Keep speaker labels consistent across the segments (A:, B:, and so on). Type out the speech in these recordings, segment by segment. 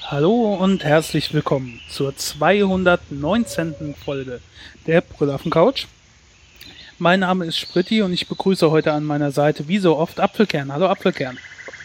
A: Hallo und herzlich willkommen zur 219. Folge der Brüllaffen-Couch. Mein Name ist Spritti und ich begrüße heute an meiner Seite wie so oft Apfelkern. Hallo Apfelkern.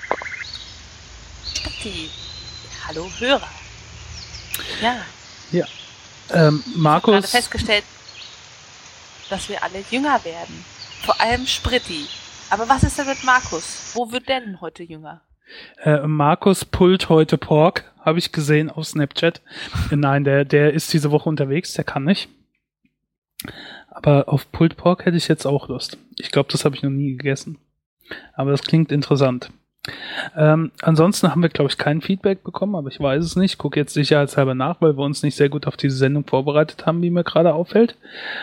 B: Spritti. Hallo Hörer. Ja.
A: Ja.
B: Ich habe
A: Markus.
B: gerade festgestellt, dass wir alle jünger werden. Vor allem Spritti. Aber was ist denn mit Markus? Wo wird der denn heute jünger?
A: Markus pullt heute Pork, habe ich gesehen auf Snapchat. Nein, der ist diese Woche unterwegs, der kann nicht. Aber auf Pulled Pork hätte ich jetzt auch Lust. Ich glaube, das habe ich noch nie gegessen. Aber das klingt interessant. Ansonsten haben wir, glaube ich, kein Feedback bekommen, aber ich weiß es nicht. Gucke jetzt sicherheitshalber nach, weil wir uns nicht sehr gut auf diese Sendung vorbereitet haben, wie mir gerade auffällt.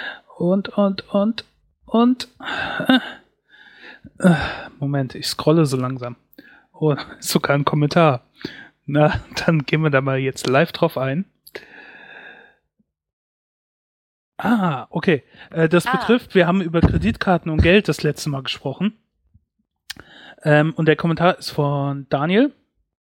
A: Moment, ich scrolle so langsam. Oh, ist sogar ein Kommentar. Na, dann gehen wir da mal jetzt live drauf ein. Okay. Das betrifft, wir haben über Kreditkarten und Geld das letzte Mal gesprochen. Und der Kommentar ist von Daniel.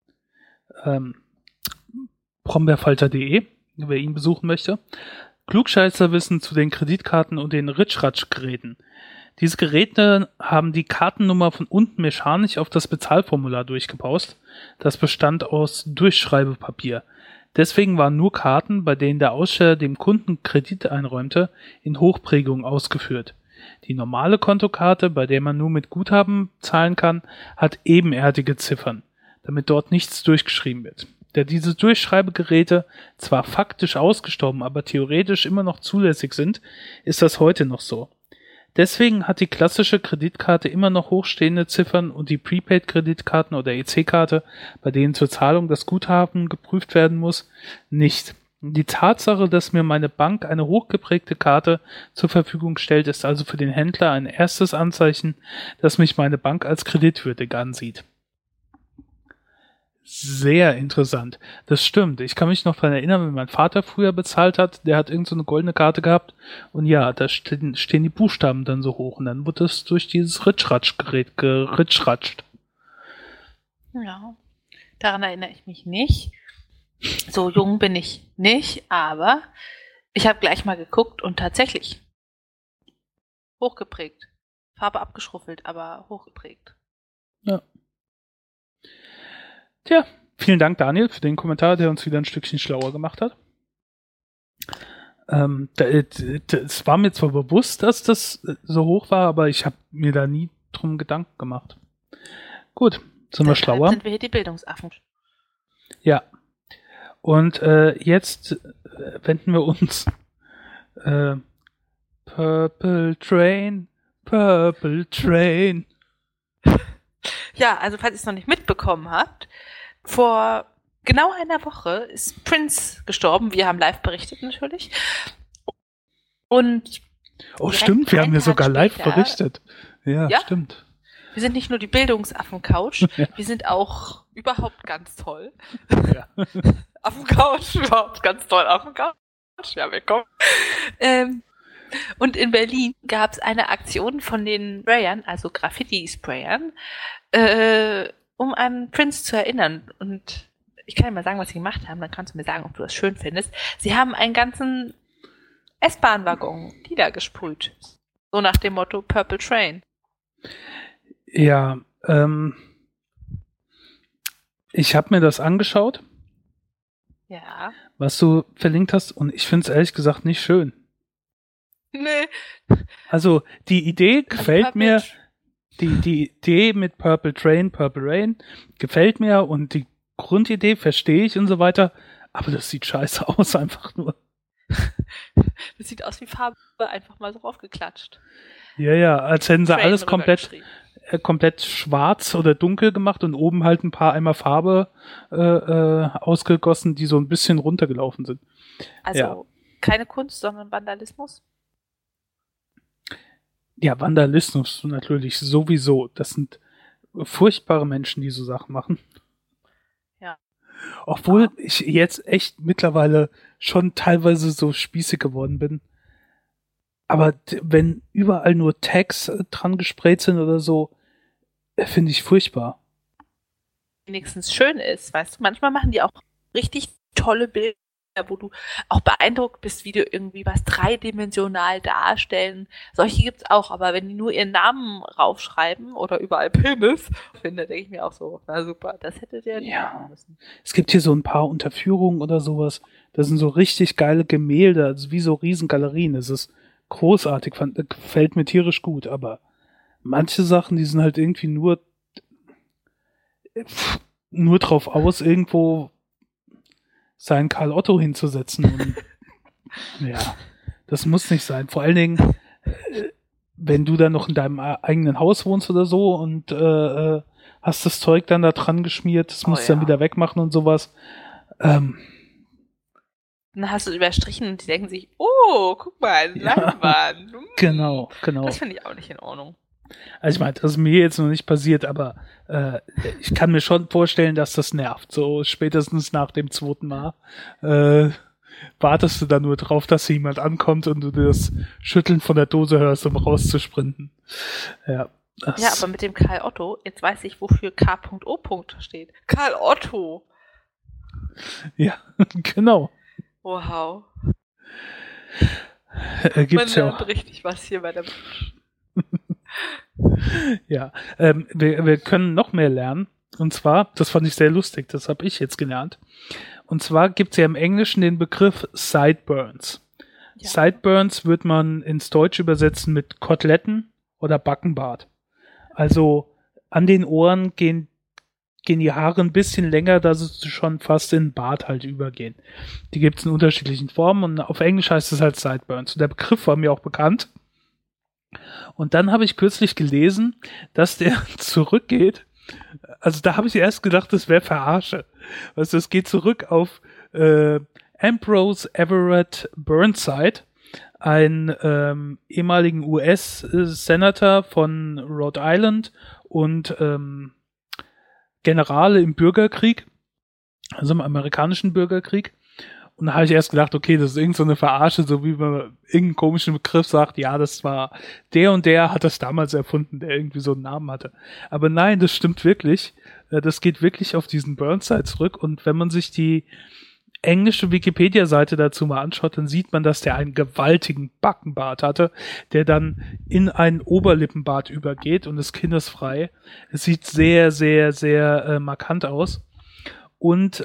A: Brombeerfalter.de, wer ihn besuchen möchte. Klugscheißerwissen zu den Kreditkarten und den Ritschratsch-Geräten. Diese Geräte haben die Kartennummer von unten mechanisch auf das Bezahlformular durchgepaust. Das bestand aus Durchschreibepapier. Deswegen waren nur Karten, bei denen der Aussteller dem Kunden Kredit einräumte, in Hochprägung ausgeführt. Die normale Kontokarte, bei der man nur mit Guthaben zahlen kann, hat ebenerdige Ziffern, damit dort nichts durchgeschrieben wird. Da diese Durchschreibegeräte zwar faktisch ausgestorben, aber theoretisch immer noch zulässig sind, ist das heute noch so. Deswegen hat die klassische Kreditkarte immer noch hochstehende Ziffern und die Prepaid-Kreditkarten oder EC-Karte, bei denen zur Zahlung das Guthaben geprüft werden muss, nicht. Die Tatsache, dass mir meine Bank eine hochgeprägte Karte zur Verfügung stellt, ist also für den Händler ein erstes Anzeichen, dass mich meine Bank als kreditwürdig ansieht. Sehr interessant. Das stimmt. Ich kann mich noch daran erinnern, wenn mein Vater früher bezahlt hat, der hat irgend so eine goldene Karte gehabt und ja, da stehen die Buchstaben dann so hoch und dann wird es durch dieses Ritschratsch-Gerät geritschratscht.
B: Ja, daran erinnere ich mich nicht. So jung bin ich nicht, aber ich habe gleich mal geguckt und tatsächlich hochgeprägt. Farbe abgeschruffelt, aber hochgeprägt.
A: Ja. Tja, vielen Dank, Daniel, für den Kommentar, der uns wieder ein Stückchen schlauer gemacht hat. Es war mir zwar bewusst, dass das so hoch war, aber ich habe mir da nie drum Gedanken gemacht. Gut, sind wir schlauer.
B: Sind wir hier die Bildungsaffen.
A: Ja. Und jetzt wenden wir uns Purple Train.
B: Ja, also falls ihr es noch nicht mitbekommen habt, vor genau einer Woche ist Prince gestorben. Wir haben live berichtet natürlich. Und
A: stimmt, wir haben ja sogar live berichtet. Ja, stimmt.
B: Wir sind nicht nur die Bildungsaffen-Couch, wir sind auch überhaupt ganz toll.
A: Ja.
B: Affen-Couch, überhaupt ganz toll, Affen-Couch. Ja, willkommen. Und in Berlin gab es eine Aktion von den Sprayern, also Graffiti-Sprayern, um an Prince zu erinnern. Und ich kann dir mal sagen, was sie gemacht haben, dann kannst du mir sagen, ob du das schön findest. Sie haben einen ganzen S-Bahn-Waggon Lieder gesprüht. So nach dem Motto Purple Train.
A: Ja, ich habe mir das angeschaut.
B: Ja.
A: Was du verlinkt hast und ich finde es ehrlich gesagt nicht schön.
B: Nee.
A: Also die Idee gefällt mir. Die Idee mit Purple Train, Purple Rain gefällt mir und die Grundidee verstehe ich und so weiter, aber das sieht scheiße aus, einfach nur.
B: Das sieht aus wie Farbe einfach mal so aufgeklatscht.
A: Ja, als hätten sie alles komplett schwarz oder dunkel gemacht und oben halt ein paar Eimer Farbe ausgegossen, die so ein bisschen runtergelaufen sind.
B: Also keine Kunst, sondern Vandalismus?
A: Ja, Vandalismus natürlich sowieso. Das sind furchtbare Menschen, die so Sachen machen.
B: Ja.
A: Obwohl ich jetzt echt mittlerweile schon teilweise so spießig geworden bin. Aber wenn überall nur Tags dran gesprayt sind oder so, finde ich furchtbar.
B: Wenigstens schön ist, weißt du. Manchmal machen die auch richtig tolle Bilder, wo du auch beeindruckt bist, wie du irgendwie was dreidimensional darstellen. Solche gibt's auch, aber wenn die nur ihren Namen raufschreiben oder überall Penis, finde, denke ich mir auch so, na super, das hättet ihr nicht machen müssen.
A: Es gibt hier so ein paar Unterführungen oder sowas. Das sind so richtig geile Gemälde, also wie so Riesengalerien. Das ist großartig, gefällt mir tierisch gut, aber manche Sachen, die sind halt irgendwie nur drauf aus, irgendwo seinen Karl Otto hinzusetzen. Und ja, das muss nicht sein. Vor allen Dingen, wenn du dann noch in deinem eigenen Haus wohnst oder so und hast das Zeug dann da dran geschmiert, das musst du dann wieder wegmachen und sowas.
B: Dann hast du es überstrichen und die denken sich, oh, guck mal, eine Leinwand.
A: Genau.
B: Das finde ich auch nicht in Ordnung.
A: Also ich meine, das ist mir jetzt noch nicht passiert, aber ich kann mir schon vorstellen, dass das nervt. So spätestens nach dem 2. Mal wartest du dann nur drauf, dass jemand ankommt und du das Schütteln von der Dose hörst, um rauszusprinten. Ja,
B: aber mit dem Karl Otto, jetzt weiß ich, wofür K.O. steht. Karl Otto!
A: Ja, genau.
B: Wow.
A: Gibt's
B: Man
A: ja auch.
B: richtig was hier bei der
A: Ja, wir können noch mehr lernen. Und zwar, das fand ich sehr lustig, das habe ich jetzt gelernt. Und zwar gibt es ja im Englischen den Begriff Sideburns. Ja. Sideburns wird man ins Deutsche übersetzen mit Koteletten oder Backenbart. Also an den Ohren gehen die Haare ein bisschen länger, dass sie schon fast in den Bart halt übergehen. Die gibt es in unterschiedlichen Formen und auf Englisch heißt es halt Sideburns. Und der Begriff war mir auch bekannt. Und dann habe ich kürzlich gelesen, dass der zurückgeht. Also da habe ich erst gedacht, das wäre Verarsche. Also es geht zurück auf Ambrose Everett Burnside, einen ehemaligen US-Senator von Rhode Island und General im Bürgerkrieg, also im amerikanischen Bürgerkrieg. Und da habe ich erst gedacht, okay, das ist irgend so eine Verarsche, so wie man irgendeinen komischen Begriff sagt, ja, das war der und der hat das damals erfunden, der irgendwie so einen Namen hatte. Aber nein, das stimmt wirklich. Das geht wirklich auf diesen Burnside zurück. Und wenn man sich die englische Wikipedia-Seite dazu mal anschaut, dann sieht man, dass der einen gewaltigen Backenbart hatte, der dann in einen Oberlippenbart übergeht und ist kindesfrei. Es sieht sehr, sehr, sehr markant aus. Und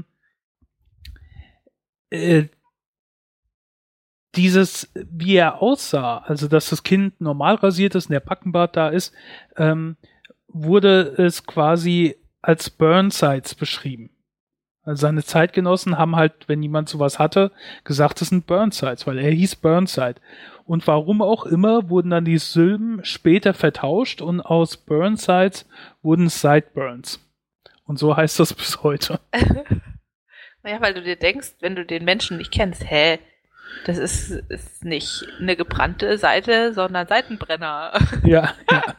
A: dieses, wie er aussah, also dass das Kind normal rasiert ist und der Backenbart da ist, wurde es quasi als Burnsides beschrieben. Also seine Zeitgenossen haben halt, wenn jemand sowas hatte, gesagt, das sind Burnsides, weil er hieß Burnside. Und warum auch immer wurden dann die Silben später vertauscht und aus Burnsides wurden Sideburns. Und so heißt das bis heute.
B: Naja, weil du dir denkst, wenn du den Menschen nicht kennst, das ist nicht eine gebrannte Seite, sondern Seitenbrenner.
A: Ja.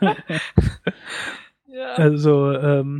B: Ja.
A: Also,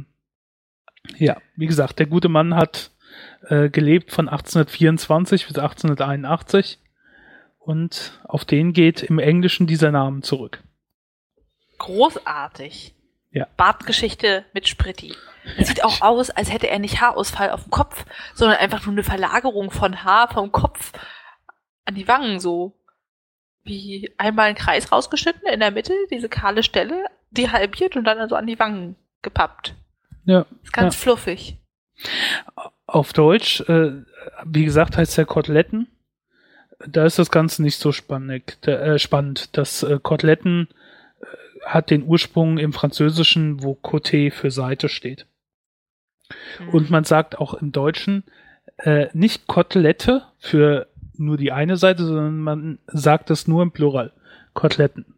A: wie gesagt, der gute Mann hat gelebt von 1824 bis 1881 und auf den geht im Englischen dieser Name zurück.
B: Großartig.
A: Ja.
B: Bartgeschichte mit Spritti. Sieht auch aus, als hätte er nicht Haarausfall auf dem Kopf, sondern einfach nur eine Verlagerung von Haar vom Kopf an die Wangen, so wie einmal ein Kreis rausgeschnitten in der Mitte, diese kahle Stelle, die halbiert und dann also an die Wangen gepappt.
A: Ja.
B: Ist ganz fluffig.
A: Auf Deutsch, wie gesagt, heißt der Koteletten. Da ist das Ganze nicht so spannend. Das Koteletten hat den Ursprung im Französischen, wo Côté für Seite steht. Und man sagt auch im Deutschen nicht Kotelette für nur die eine Seite, sondern man sagt es nur im Plural. Koteletten.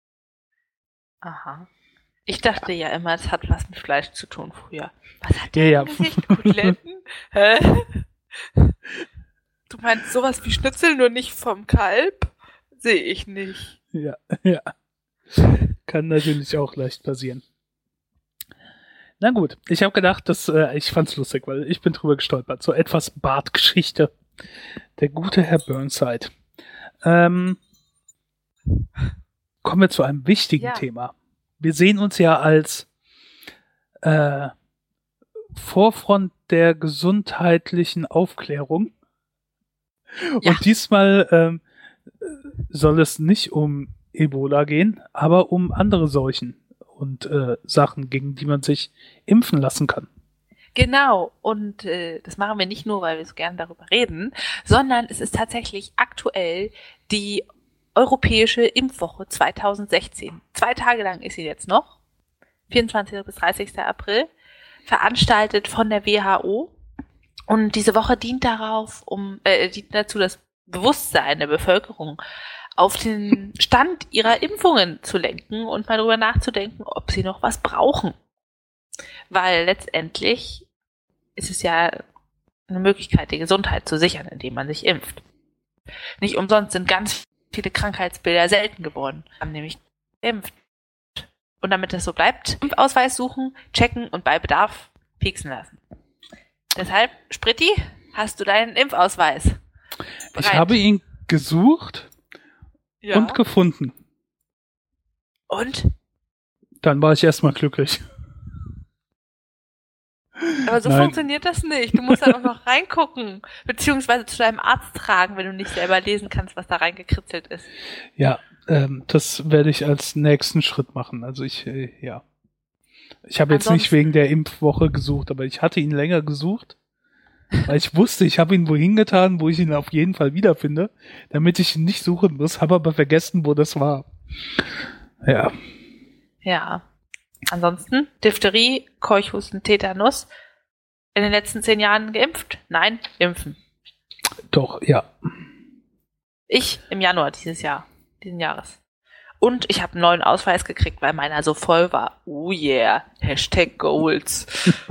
B: Aha. Ich dachte ja immer, es hat was mit Fleisch zu tun früher. Was hat der
A: Ja.
B: Gesicht? Koteletten? Hä? Du meinst sowas wie Schnitzel, nur nicht vom Kalb? Sehe ich nicht.
A: Ja. Kann natürlich auch leicht passieren. Na gut, ich habe gedacht, ich fand's lustig, weil ich bin drüber gestolpert. So etwas Bartgeschichte. Der gute Herr Burnside. Kommen wir zu einem wichtigen Thema. Wir sehen uns ja als Vorfront der gesundheitlichen Aufklärung.
B: Ja.
A: Und diesmal soll es nicht um Ebola gehen, aber um andere Seuchen und Sachen, gegen die man sich impfen lassen kann.
B: Genau, und das machen wir nicht nur, weil wir so gern darüber reden, sondern es ist tatsächlich aktuell die Europäische Impfwoche 2016. 2 Tage lang ist sie jetzt noch, 24. bis 30. April, veranstaltet von der WHO. Und diese Woche dient dazu, das Bewusstsein der Bevölkerung auf den Stand ihrer Impfungen zu lenken und mal darüber nachzudenken, ob sie noch was brauchen. Weil letztendlich ist es ja eine Möglichkeit, die Gesundheit zu sichern, indem man sich impft. Nicht umsonst sind ganz viele Krankheitsbilder selten geworden, haben nämlich geimpft. Und damit das so bleibt, Impfausweis suchen, checken und bei Bedarf pieksen lassen. Deshalb, Spritti, hast du deinen Impfausweis bereit?
A: Ich habe ihn gesucht
B: Ja.
A: und gefunden.
B: Und?
A: Dann war ich erstmal glücklich.
B: Aber so
A: Nein.
B: funktioniert das nicht. Du musst dann auch noch reingucken, beziehungsweise zu deinem Arzt tragen, wenn du nicht selber lesen kannst, was da reingekritzelt ist.
A: Ja, das werde ich als nächsten Schritt machen. Also ich habe jetzt nicht wegen der Impfwoche gesucht, aber ich hatte ihn länger gesucht, weil ich wusste, ich habe ihn wohin getan, wo ich ihn auf jeden Fall wiederfinde, damit ich ihn nicht suchen muss, habe aber vergessen, wo das war. Ja.
B: Ja. Ansonsten, Diphtherie, Keuchhusten, Tetanus. In den letzten 10 Jahren geimpft? Nein, impfen.
A: Doch, ja.
B: Ich im Januar diesen Jahres. Und ich habe einen neuen Ausweis gekriegt, weil meiner so voll war. Oh yeah, #Goals.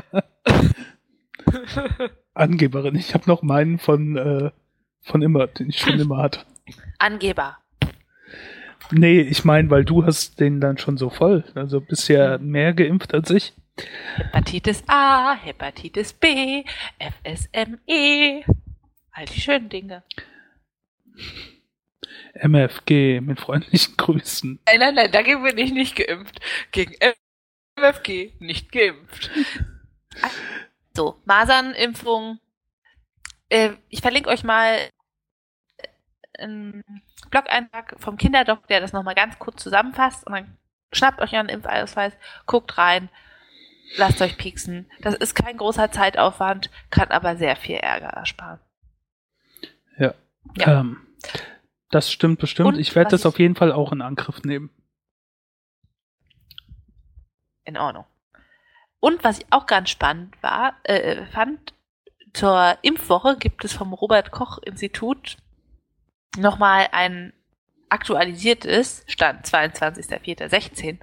A: Angeberin. Ich habe noch meinen von immer, den ich schon immer hatte.
B: Angeber.
A: Nee, ich meine, weil du hast den dann schon so voll. Also bist ja mehr geimpft als ich.
B: Hepatitis A, Hepatitis B, FSME. All die schönen Dinge.
A: MFG mit freundlichen Grüßen.
B: Nein, dagegen bin ich nicht geimpft. Gegen MFG nicht geimpft. So, Masernimpfung. Ich verlinke euch mal einen Blog-Eintrag vom Kinderdoc, der das nochmal ganz kurz zusammenfasst, und dann schnappt euch euren Impfausweis, guckt rein, lasst euch pieksen. Das ist kein großer Zeitaufwand, kann aber sehr viel Ärger ersparen.
A: Ja.
B: Ja.
A: Das stimmt bestimmt.
B: Und
A: ich werde das auf jeden Fall auch in Angriff nehmen.
B: In Ordnung. Und was ich auch ganz spannend fand, zur Impfwoche gibt es vom Robert-Koch-Institut nochmal ein aktualisiertes, Stand 22.04.16,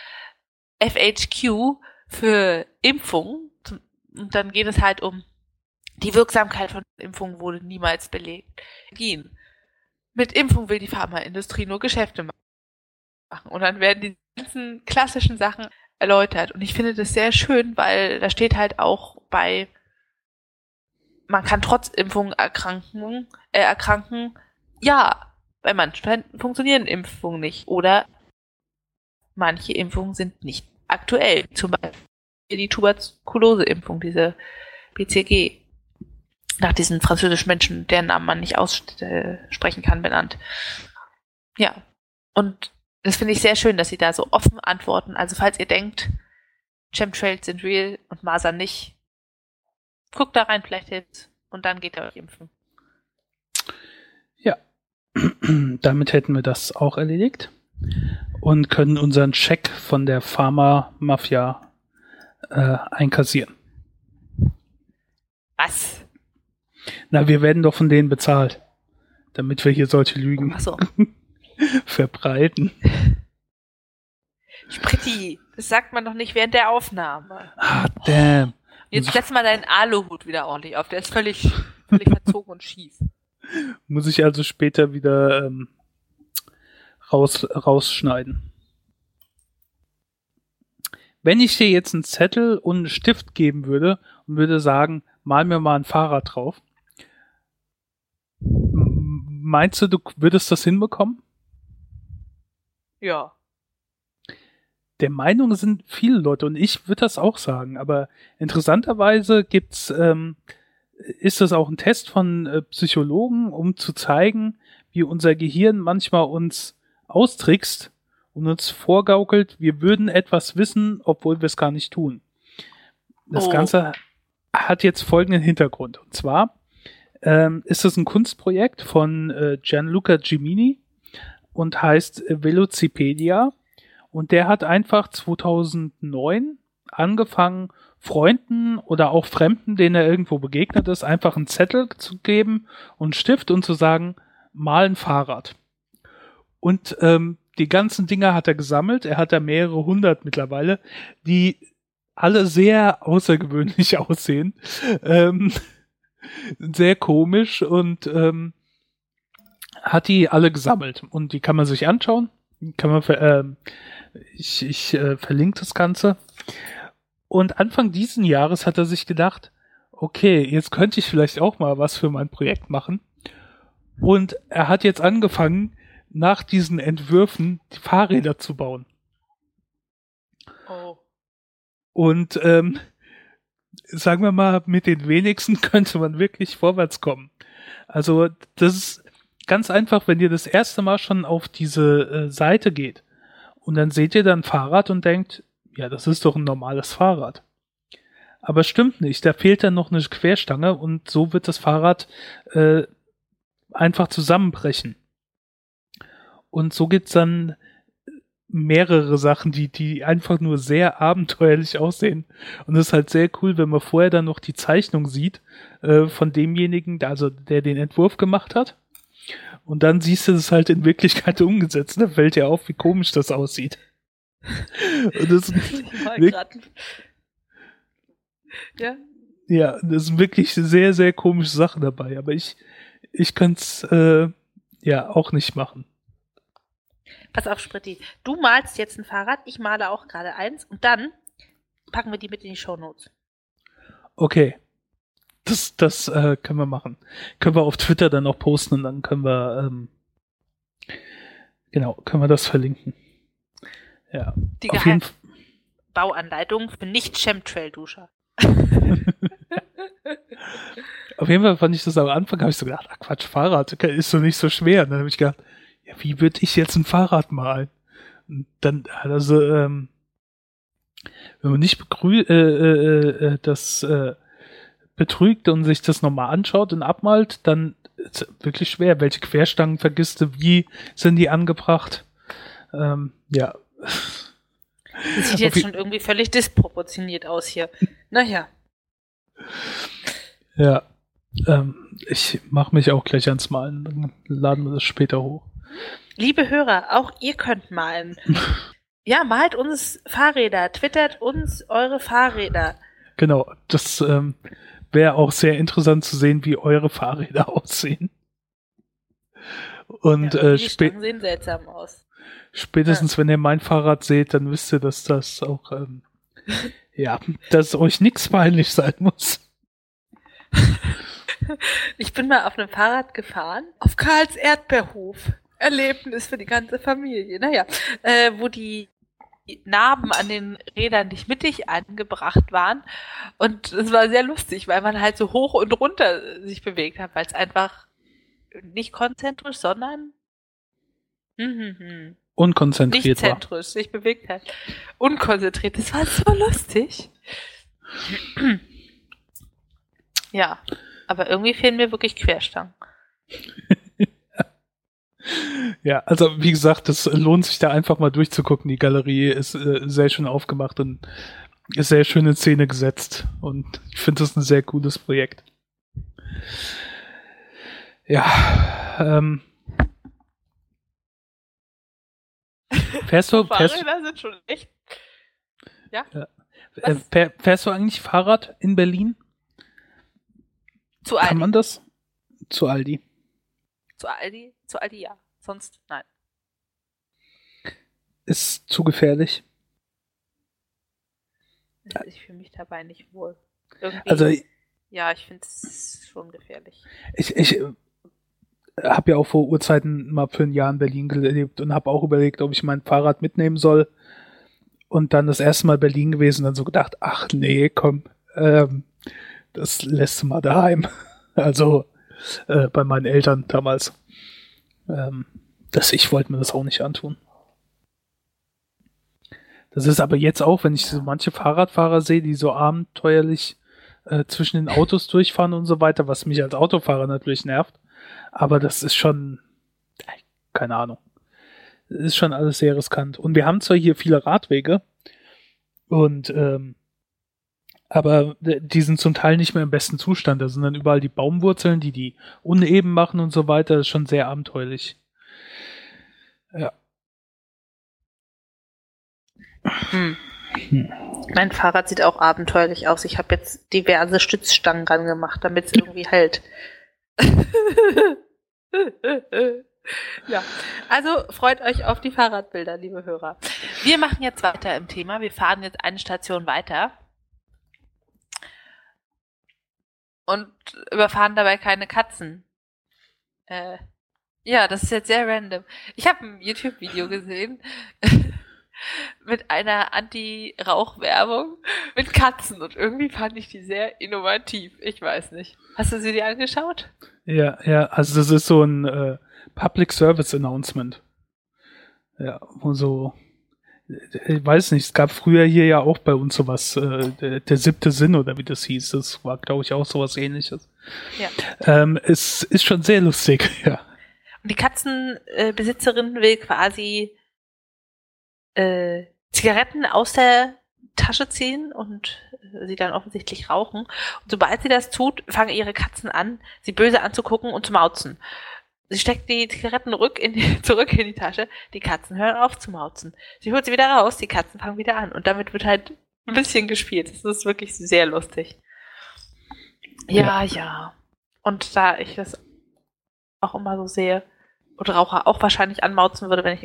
B: FAQ für Impfungen. Und dann geht es halt um die Wirksamkeit von Impfungen wurde niemals belegt. Mit Impfung will die Pharmaindustrie nur Geschäfte machen. Und dann werden die ganzen klassischen Sachen erläutert. Und ich finde das sehr schön, weil da steht halt auch bei, man kann trotz Impfung erkranken. Ja, bei manchen funktionieren Impfungen nicht. Oder manche Impfungen sind nicht aktuell. Zum Beispiel die Tuberkulose-Impfung, diese BCG. Nach diesen französischen Menschen, deren Namen man nicht aussprechen kann, benannt. Ja, und das finde ich sehr schön, dass sie da so offen antworten. Also falls ihr denkt, Chemtrails sind real und Masern nicht, guckt da rein, vielleicht hilft's. Und dann geht ihr euch impfen.
A: Ja, damit hätten wir das auch erledigt und können unseren Scheck von der Pharma-Mafia einkassieren.
B: Was?
A: Na, wir werden doch von denen bezahlt, damit wir hier solche Lügen
B: Ach so.
A: verbreiten.
B: Spritti, das sagt man doch nicht während der Aufnahme.
A: Ah, damn.
B: Jetzt setz mal deinen Aluhut wieder ordentlich auf, der ist völlig verzogen und schief.
A: Muss ich also später wieder rausschneiden. Wenn ich dir jetzt einen Zettel und einen Stift geben würde und würde sagen, mal mir mal ein Fahrrad drauf, meinst du würdest das hinbekommen?
B: Ja.
A: der Meinung sind viele Leute und ich würde das auch sagen, aber interessanterweise ist das auch ein Test von Psychologen, um zu zeigen, wie unser Gehirn manchmal uns austrickst und uns vorgaukelt, wir würden etwas wissen, obwohl wir es gar nicht tun. Das Ganze hat jetzt folgenden Hintergrund. Und zwar ist es ein Kunstprojekt von Gianluca Gimini und heißt Velocipedia. Und der hat einfach 2009 angefangen, Freunden oder auch Fremden, denen er irgendwo begegnet ist, einfach einen Zettel zu geben und einen Stift und zu sagen, mal ein Fahrrad. Und die ganzen Dinger hat er gesammelt. Er hat da mehrere hundert mittlerweile, die alle sehr außergewöhnlich aussehen. Sehr komisch und hat die alle gesammelt. Und die kann man sich anschauen. Ich verlinke das Ganze. Und Anfang diesen Jahres hat er sich gedacht, okay, jetzt könnte ich vielleicht auch mal was für mein Projekt machen. Und er hat jetzt angefangen, nach diesen Entwürfen die Fahrräder zu bauen.
B: Oh.
A: Und sagen wir mal, mit den wenigsten könnte man wirklich vorwärts kommen. Also das ist ganz einfach, wenn ihr das erste Mal schon auf diese Seite geht und dann seht ihr dann ein Fahrrad und denkt, ja, das ist doch ein normales Fahrrad. Aber stimmt nicht, da fehlt dann noch eine Querstange und so wird das Fahrrad einfach zusammenbrechen. Und so gibt's dann mehrere Sachen, die einfach nur sehr abenteuerlich aussehen. Und es ist halt sehr cool, wenn man vorher dann noch die Zeichnung sieht von demjenigen, der den Entwurf gemacht hat. Und dann siehst du das halt in Wirklichkeit umgesetzt. Da fällt dir auf, wie komisch das aussieht. Und das ja, das sind wirklich sehr, sehr komische Sachen dabei. Aber ich könnte es auch nicht machen.
B: Pass auf, Spritti. Du malst jetzt ein Fahrrad, ich male auch gerade eins und dann packen wir die mit in die Shownotes.
A: Okay. Das können wir machen. Können wir auf Twitter dann auch posten und dann können wir können wir das verlinken. Ja.
B: Die Bauanleitung für Nicht-Chemtrail-Duscher.
A: Auf jeden Fall fand ich das am Anfang, habe ich so gedacht, ach Quatsch, Fahrrad ist doch nicht so schwer. Und dann habe ich gedacht, ja, wie würde ich jetzt ein Fahrrad malen? Und dann, also, wenn man nicht betrügt und sich das nochmal anschaut und abmalt, dann ist es wirklich schwer. Welche Querstangen vergisst du? Wie sind die angebracht? Ja.
B: Das sieht jetzt schon irgendwie völlig disproportioniert aus hier. Naja.
A: Ja. Ich mache mich auch gleich ans Malen. Dann laden wir das später hoch.
B: Liebe Hörer, auch ihr könnt malen. Ja, malt uns Fahrräder. Twittert uns eure Fahrräder.
A: Genau. Das wäre auch sehr interessant zu sehen, wie eure Fahrräder aussehen. Und
B: die Stangen sehen seltsam aus.
A: Spätestens wenn ihr mein Fahrrad seht, dann wisst ihr, dass das auch dass euch nichts peinlich sein muss.
B: Ich bin mal auf einem Fahrrad gefahren, auf Karls Erdbeerhof. Erlebnis für die ganze Familie. Naja, wo die Narben an den Rädern nicht mittig angebracht waren. Und es war sehr lustig, weil man halt so hoch und runter sich bewegt hat, weil es einfach nicht konzentrisch, sondern
A: unkonzentriert
B: nicht zentrisch sich bewegt hat. Unkonzentriert. Das war so lustig. Ja, aber irgendwie fehlen mir wirklich Querstangen.
A: Ja, also wie gesagt, es lohnt sich da einfach mal durchzugucken. Die Galerie ist sehr schön aufgemacht und ist sehr schön in Szene gesetzt. Und ich finde das ein sehr cooles Projekt. Ja,
B: Fahrräder sind schon echt. Ja.
A: Fährst du eigentlich Fahrrad in Berlin?
B: Zu Aldi.
A: Kann man das? Zu Aldi.
B: Zu Aldi, ja. Sonst nein.
A: Ist zu gefährlich.
B: Ich fühle mich dabei nicht wohl. Irgendwie,
A: also
B: ja, ich finde es schon gefährlich.
A: Ich habe ja auch vor Urzeiten mal für ein Jahr in Berlin gelebt und habe auch überlegt, ob ich mein Fahrrad mitnehmen soll. und dann das erste Mal Berlin gewesen, dann so gedacht, ach nee, komm, das lässt du mal daheim. Also bei meinen Eltern damals. Ich wollte mir das auch nicht antun. Das ist aber jetzt auch, wenn ich so manche Fahrradfahrer sehe, die so abenteuerlich zwischen den Autos durchfahren und so weiter, was mich als Autofahrer natürlich nervt. Aber das ist schon, keine Ahnung. Das ist schon alles sehr riskant. Und wir haben zwar hier viele Radwege und aber die sind zum Teil nicht mehr im besten Zustand. Da sind dann überall die Baumwurzeln, die uneben machen und so weiter. Das ist schon sehr abenteuerlich. Ja.
B: Mein Fahrrad sieht auch abenteuerlich aus. Ich habe jetzt diverse Stützstangen ran gemacht, damit es irgendwie hält. Ja, also freut euch auf die Fahrradbilder, liebe Hörer. Wir machen jetzt weiter im Thema. Wir fahren jetzt eine Station weiter und überfahren dabei keine Katzen. Ja, das ist jetzt sehr random. Ich habe ein YouTube-Video gesehen mit einer Anti-Rauch-Werbung mit Katzen und irgendwie fand ich die sehr innovativ. Ich weiß nicht. Hast du sie dir angeschaut?
A: Ja, also das ist so ein Public Service Announcement. Ja, wo so, ich weiß nicht, es gab früher hier ja auch bei uns sowas, der siebte Sinn oder wie das hieß. Das war, glaube ich, auch sowas Ähnliches. Ja. Es ist schon sehr lustig, ja.
B: Und die Katzenbesitzerin will quasi Zigaretten aus der Tasche ziehen und sie dann offensichtlich rauchen. Und sobald sie das tut, fangen ihre Katzen an, sie böse anzugucken und zu mauzen. Sie steckt die Zigaretten zurück in die Tasche, die Katzen hören auf zu mauzen. Sie holt sie wieder raus, die Katzen fangen wieder an. Und damit wird halt ein bisschen gespielt. Das ist wirklich sehr lustig. Ja. Und da ich das auch immer so sehe und Raucher auch wahrscheinlich anmauzen würde, wenn ich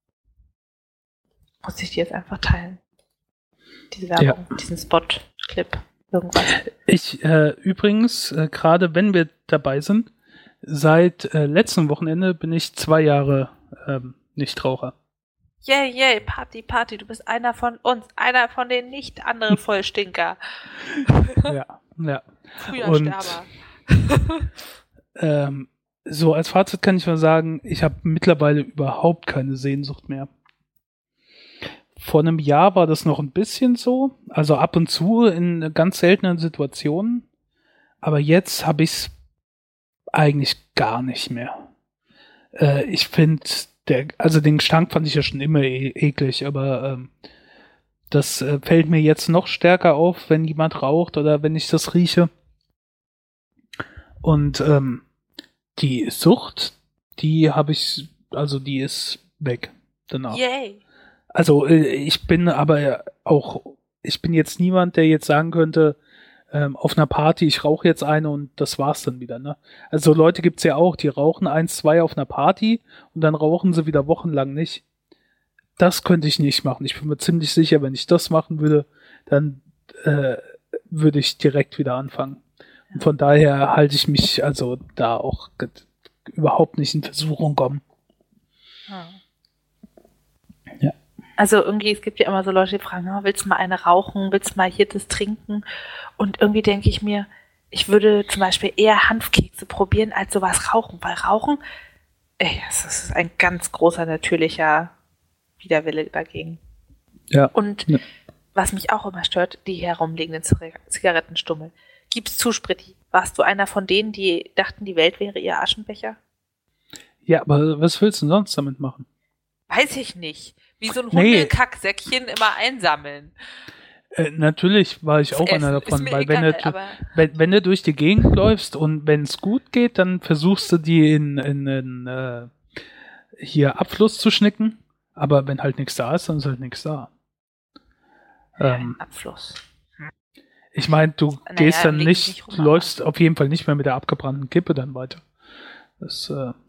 B: muss ich die jetzt einfach teilen. Diese Werbung, diesen Spot-Clip, irgendwas.
A: Ich übrigens, gerade wenn wir dabei sind, seit letztem Wochenende bin ich 2 Jahre Nichtraucher.
B: Yay, Party, du bist einer von uns, einer von den nicht anderen Vollstinker.
A: Ja.
B: Früher
A: Und,
B: Sterber.
A: So, als Fazit kann ich mal sagen, ich habe mittlerweile überhaupt keine Sehnsucht mehr. Vor einem Jahr war das noch ein bisschen so, also ab und zu in ganz seltenen Situationen, aber jetzt habe ich es eigentlich gar nicht mehr. Ich finde, den Gestank fand ich ja schon immer eklig, aber das fällt mir jetzt noch stärker auf, wenn jemand raucht oder wenn ich das rieche. Und die Sucht, die ist weg danach.
B: Yay!
A: Also ich bin jetzt niemand, der jetzt sagen könnte, auf einer Party, ich rauche jetzt eine und das war's dann wieder, ne? Also Leute gibt's ja auch, die rauchen 1, 2 auf einer Party und dann rauchen sie wieder wochenlang nicht. Das könnte ich nicht machen. Ich bin mir ziemlich sicher, wenn ich das machen würde, dann würde ich direkt wieder anfangen. Und von daher halte ich mich also da auch überhaupt nicht in Versuchung kommen. Ja.
B: Also irgendwie, es gibt ja immer so Leute, die fragen, willst du mal eine rauchen, willst du mal hier das trinken? Und irgendwie denke ich mir, ich würde zum Beispiel eher Hanfkekse probieren, als sowas rauchen. Weil Rauchen, das ist ein ganz großer natürlicher Widerwille dagegen.
A: Ja.
B: Und was mich auch immer stört, die herumliegenden Zigarettenstummel. Gib's zu, Spritti. Warst du einer von denen, die dachten, die Welt wäre ihr Aschenbecher?
A: Ja, aber was willst du denn sonst damit machen?
B: Weiß ich nicht. Wie so ein Hundekacksäckchen immer einsammeln.
A: Natürlich war ich auch einer davon, weil
B: egal,
A: wenn du durch die Gegend läufst und wenn es gut geht, dann versuchst du die in hier Abfluss zu schnicken, aber wenn halt nichts da ist, dann ist halt nichts da.
B: Abfluss.
A: Ich meine, du gehst dann nicht, du läufst auf jeden Fall nicht mehr mit der abgebrannten Kippe dann weiter. Das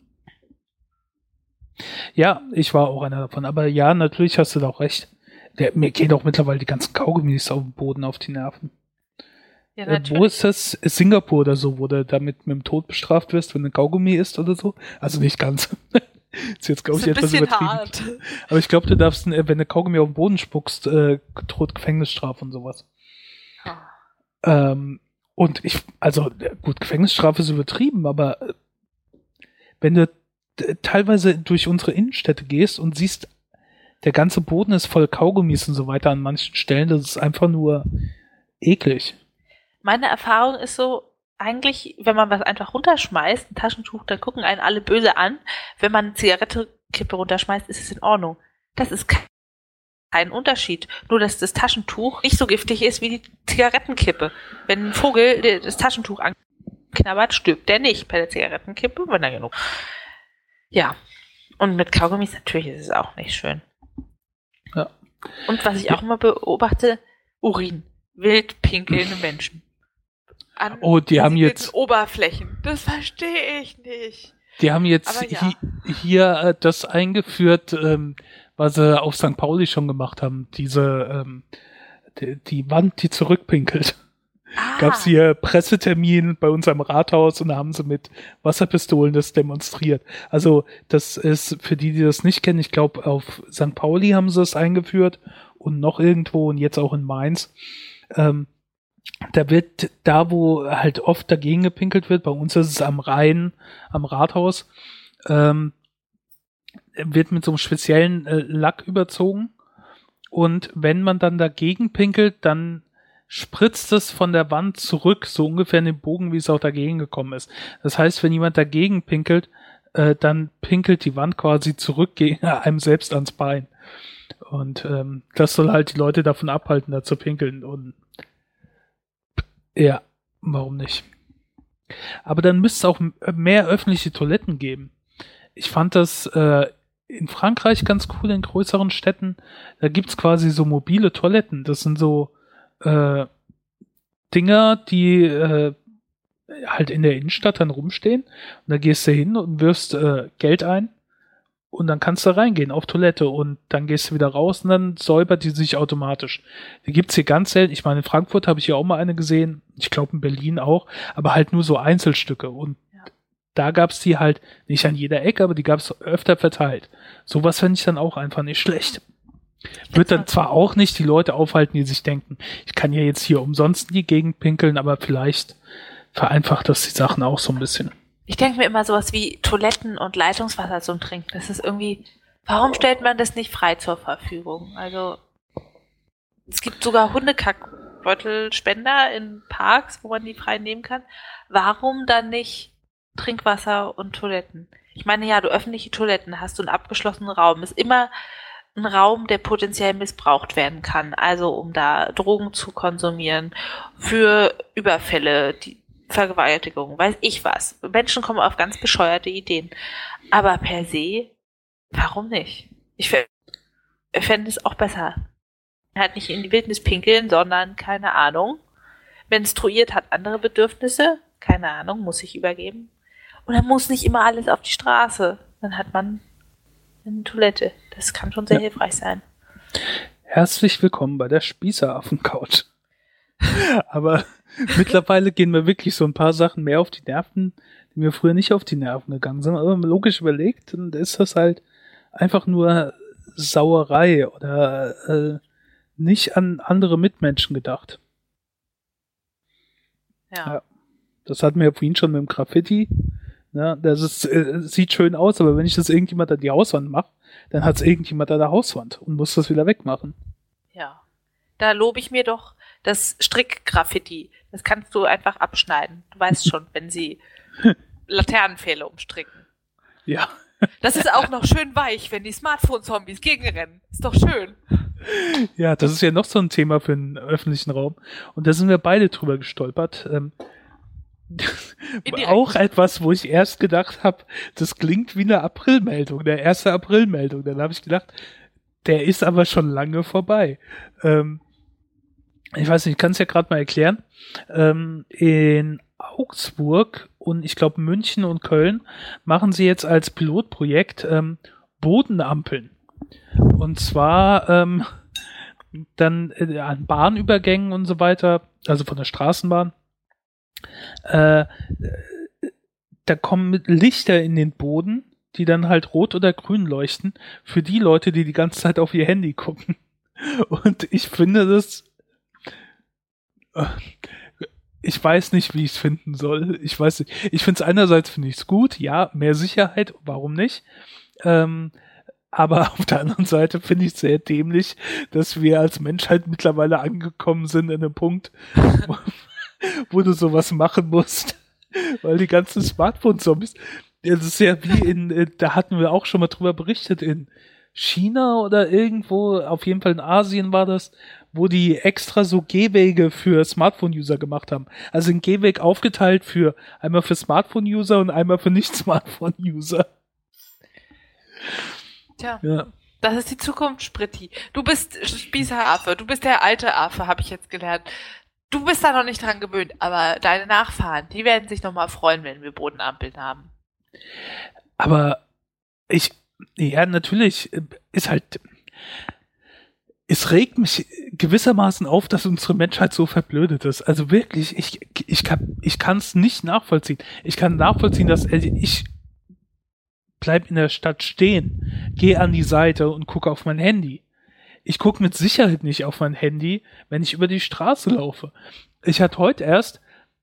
A: ja, ich war auch einer davon. Aber ja, natürlich hast du da auch recht. Mir gehen auch mittlerweile die ganzen Kaugummis auf dem Boden auf die Nerven.
B: Ja, natürlich.
A: Wo ist das? Singapur oder so, wo du damit mit dem Tod bestraft wirst, wenn du Kaugummi isst oder so? Also nicht ganz. ist jetzt, glaube ich,
B: ein
A: etwas
B: bisschen
A: übertrieben.
B: hart.
A: Aber ich glaube, du darfst, wenn du Kaugummi auf den Boden spuckst, droht Gefängnisstrafe und sowas. Und gut, Gefängnisstrafe ist übertrieben, aber wenn du teilweise durch unsere Innenstädte gehst und siehst, der ganze Boden ist voll Kaugummis und so weiter an manchen Stellen, das ist einfach nur eklig.
B: Meine Erfahrung ist so, eigentlich, wenn man was einfach runterschmeißt, ein Taschentuch, dann gucken einen alle böse an. Wenn man eine Zigarettenkippe runterschmeißt, ist es in Ordnung. Das ist kein Unterschied. Nur, dass das Taschentuch nicht so giftig ist wie die Zigarettenkippe. Wenn ein Vogel das Taschentuch anknabbert, stirbt der nicht. Bei der Zigarettenkippe, wenn er genug. Ja. Und mit Kaugummis natürlich ist es auch nicht schön.
A: Ja.
B: Und was ich auch immer beobachte, Urin. Wild pinkelnde Menschen.
A: Die haben jetzt
B: Oberflächen. Das verstehe ich nicht.
A: Die haben jetzt hier das eingeführt, was sie auf St. Pauli schon gemacht haben. Diese die Wand, die zurückpinkelt. Gab's hier Pressetermin bei uns am Rathaus und da haben sie mit Wasserpistolen das demonstriert. Also das ist, für die das nicht kennen, ich glaube auf St. Pauli haben sie es eingeführt und noch irgendwo und jetzt auch in Mainz. Da wird, wo halt oft dagegen gepinkelt wird, bei uns ist es am Rhein, am Rathaus, wird mit so einem speziellen Lack überzogen und wenn man dann dagegen pinkelt, dann spritzt es von der Wand zurück, so ungefähr in den Bogen, wie es auch dagegen gekommen ist. Das heißt, wenn jemand dagegen pinkelt, dann pinkelt die Wand quasi zurück gegen einem selbst ans Bein. Und das soll halt die Leute davon abhalten, da zu pinkeln. Und ja, warum nicht? Aber dann müsste es auch mehr öffentliche Toiletten geben. Ich fand das in Frankreich ganz cool, in größeren Städten. Da gibt's quasi so mobile Toiletten. Das sind so Dinger, die halt in der Innenstadt dann rumstehen. Und da gehst du hin und wirfst Geld ein. Und dann kannst du reingehen auf Toilette und dann gehst du wieder raus und dann säubert die sich automatisch. Die gibt's hier ganz selten. Ich meine, in Frankfurt habe ich hier auch mal eine gesehen. Ich glaube in Berlin auch. Aber halt nur so Einzelstücke. Und da gab's die halt nicht an jeder Ecke, aber die gab's öfter verteilt. Sowas fände ich dann auch einfach nicht schlecht. Wird dann zwar auch nicht die Leute aufhalten, die sich denken, ich kann ja jetzt hier umsonst in die Gegend pinkeln, aber vielleicht vereinfacht das die Sachen auch so ein bisschen.
B: Ich denke mir immer sowas wie Toiletten und Leitungswasser zum Trinken. Das ist irgendwie, warum stellt man das nicht frei zur Verfügung? Also, es gibt sogar Hundekackbeutelspender in Parks, wo man die frei nehmen kann. Warum dann nicht Trinkwasser und Toiletten? Ich meine, ja, du öffentliche Toiletten hast du einen abgeschlossenen Raum. Ist immer ein Raum, der potenziell missbraucht werden kann. Also, um da Drogen zu konsumieren, für Überfälle, die Vergewaltigung, weiß ich was. Menschen kommen auf ganz bescheuerte Ideen. Aber per se, warum nicht? Ich fände es auch besser. Halt nicht in die Wildnis pinkeln, sondern, keine Ahnung, menstruiert, hat andere Bedürfnisse, keine Ahnung, muss sich übergeben. Und dann muss nicht immer alles auf die Straße. Dann hat man eine Toilette. Das kann schon sehr hilfreich sein.
A: Herzlich willkommen bei der Spießeraffen-Couch. Aber mittlerweile gehen mir wirklich so ein paar Sachen mehr auf die Nerven, die mir früher nicht auf die Nerven gegangen sind. Aber wenn man logisch überlegt, dann ist das halt einfach nur Sauerei oder nicht an andere Mitmenschen gedacht. Ja. Das hatten wir ja vorhin schon mit dem Graffiti. Ja, das ist, sieht schön aus, aber wenn ich das irgendjemand an die Hauswand mache, dann hat es irgendjemand an der Hauswand und muss das wieder wegmachen.
B: Ja. Da lobe ich mir doch das Strickgraffiti. Das kannst du einfach abschneiden. Du weißt schon, wenn sie Laternenpfähle umstricken.
A: Ja.
B: Das ist auch noch schön weich, wenn die Smartphone-Zombies gegenrennen. Ist doch schön.
A: Ja, das ist ja noch so ein Thema für den öffentlichen Raum. Und da sind wir beide drüber gestolpert. Auch etwas, wo ich erst gedacht habe, das klingt wie eine Aprilmeldung, der erste Aprilmeldung. Dann habe ich gedacht, der ist aber schon lange vorbei. Ich weiß nicht, ich kann es ja gerade mal erklären. In Augsburg und ich glaube München und Köln machen sie jetzt als Pilotprojekt Bodenampeln. Und zwar dann an Bahnübergängen und so weiter, also von der Straßenbahn. Da kommen Lichter in den Boden, die dann halt rot oder grün leuchten für die Leute, die die ganze Zeit auf ihr Handy gucken. Und ich finde das, ich weiß nicht, wie ich es finden soll. Ich weiß nicht. Ich finde es einerseits, finde ich es gut, ja, mehr Sicherheit, warum nicht? Aber auf der anderen Seite finde ich es sehr dämlich, dass wir als Menschheit mittlerweile angekommen sind in einem Punkt, wo du sowas machen musst. Weil die ganzen Smartphone-Zombies, das ist ja wie da hatten wir auch schon mal drüber berichtet, in China oder irgendwo, auf jeden Fall in Asien war das, wo die extra so Gehwege für Smartphone-User gemacht haben. Also ein Gehweg aufgeteilt für einmal für Smartphone-User und einmal für Nicht-Smartphone-User.
B: Tja, ja. Das ist die Zukunft, Spritti. Du bist Spießeraffe, du bist der alte Affe, habe ich jetzt gelernt. Du bist da noch nicht dran gewöhnt, aber deine Nachfahren, die werden sich nochmal freuen, wenn wir Bodenampeln haben.
A: Aber ja, natürlich ist halt, es regt mich gewissermaßen auf, dass unsere Menschheit so verblödet ist. Also wirklich, ich kann es nicht nachvollziehen. Ich kann nachvollziehen, dass ich bleib in der Stadt stehen, gehe an die Seite und gucke auf mein Handy. Ich gucke mit Sicherheit nicht auf mein Handy, wenn ich über die Straße laufe. Ich hatte heute erst,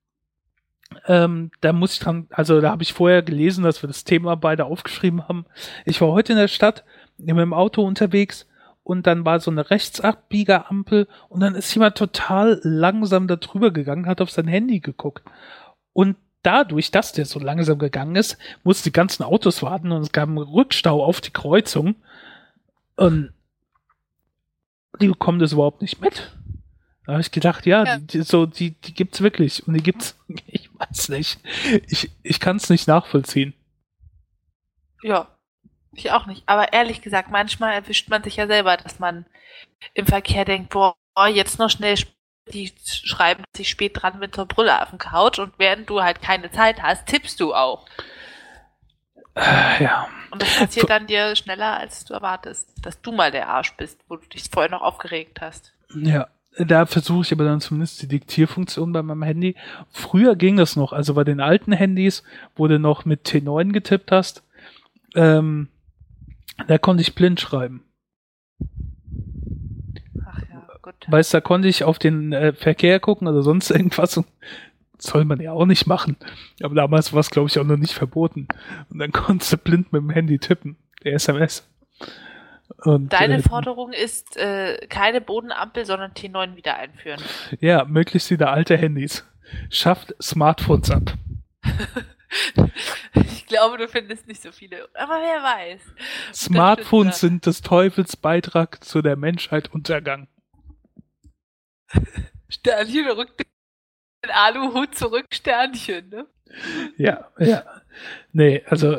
A: da habe ich vorher gelesen, dass wir das Thema beide aufgeschrieben haben. Ich war heute in der Stadt mit dem Auto unterwegs und dann war so eine Rechtsabbiegerampel und dann ist jemand total langsam da drüber gegangen, hat auf sein Handy geguckt. Und dadurch, dass der so langsam gegangen ist, mussten die ganzen Autos warten und es gab einen Rückstau auf die Kreuzung und die bekommen das überhaupt nicht mit. Da habe ich gedacht, ja. Die gibt's wirklich. Und die gibt's, ich weiß nicht. Ich kann es nicht nachvollziehen.
B: Ja, ich auch nicht. Aber ehrlich gesagt, manchmal erwischt man sich ja selber, dass man im Verkehr denkt, boah, jetzt noch schnell, die schreiben sich spät dran mit so einer Brille auf dem Couch und während du halt keine Zeit hast, tippst du auch.
A: Ja.
B: Und das passiert dann dir schneller, als du erwartest, dass du mal der Arsch bist, wo du dich vorher noch aufgeregt hast.
A: Ja, da versuche ich aber dann zumindest die Diktierfunktion bei meinem Handy. Früher ging das noch, also bei den alten Handys, wo du noch mit T9 getippt hast, da konnte ich blind schreiben.
B: Ach ja, gut.
A: Weißt du, da konnte ich auf den Verkehr gucken oder sonst irgendwas und soll man ja auch nicht machen. Aber damals war es, glaube ich, auch noch nicht verboten. Und dann konntest du blind mit dem Handy tippen, der SMS. Und,
B: deine Forderung ist, keine Bodenampel, sondern T9 wieder einführen.
A: Ja, möglichst wieder alte Handys. Schafft Smartphones ab.
B: Ich glaube, du findest nicht so viele. Aber wer weiß.
A: Smartphones sind des Teufels Beitrag zu der Menschheit Untergang.
B: Sternchen rückt den Aluhut zurück, Sternchen, ne?
A: Ja. Nee, also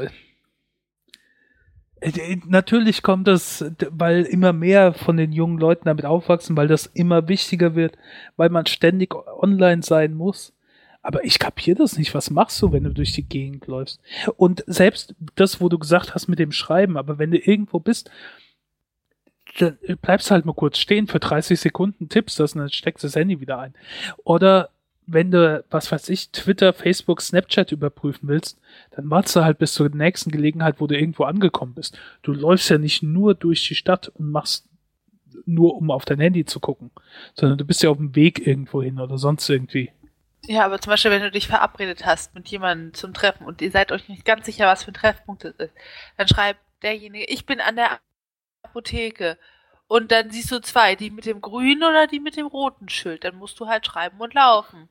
A: natürlich kommt das, weil immer mehr von den jungen Leuten damit aufwachsen, weil das immer wichtiger wird, weil man ständig online sein muss. Aber ich kapiere das nicht. Was machst du, wenn du durch die Gegend läufst? Und selbst das, wo du gesagt hast mit dem Schreiben, aber wenn du irgendwo bist, dann bleibst du halt mal kurz stehen für 30 Sekunden, tippst das und dann steckst du das Handy wieder ein. Oder wenn du, was weiß ich, Twitter, Facebook, Snapchat überprüfen willst, dann wartest du halt bis zur nächsten Gelegenheit, wo du irgendwo angekommen bist. Du läufst ja nicht nur durch die Stadt und machst nur, um auf dein Handy zu gucken, sondern du bist ja auf dem Weg irgendwo hin oder sonst irgendwie.
B: Ja, aber zum Beispiel, wenn du dich verabredet hast mit jemandem zum Treffen und ihr seid euch nicht ganz sicher, was für ein Treffpunkt es ist, dann schreibt derjenige, ich bin an der Apotheke. Und dann siehst du zwei, die mit dem grünen oder die mit dem roten Schild. Dann musst du halt schreiben und laufen.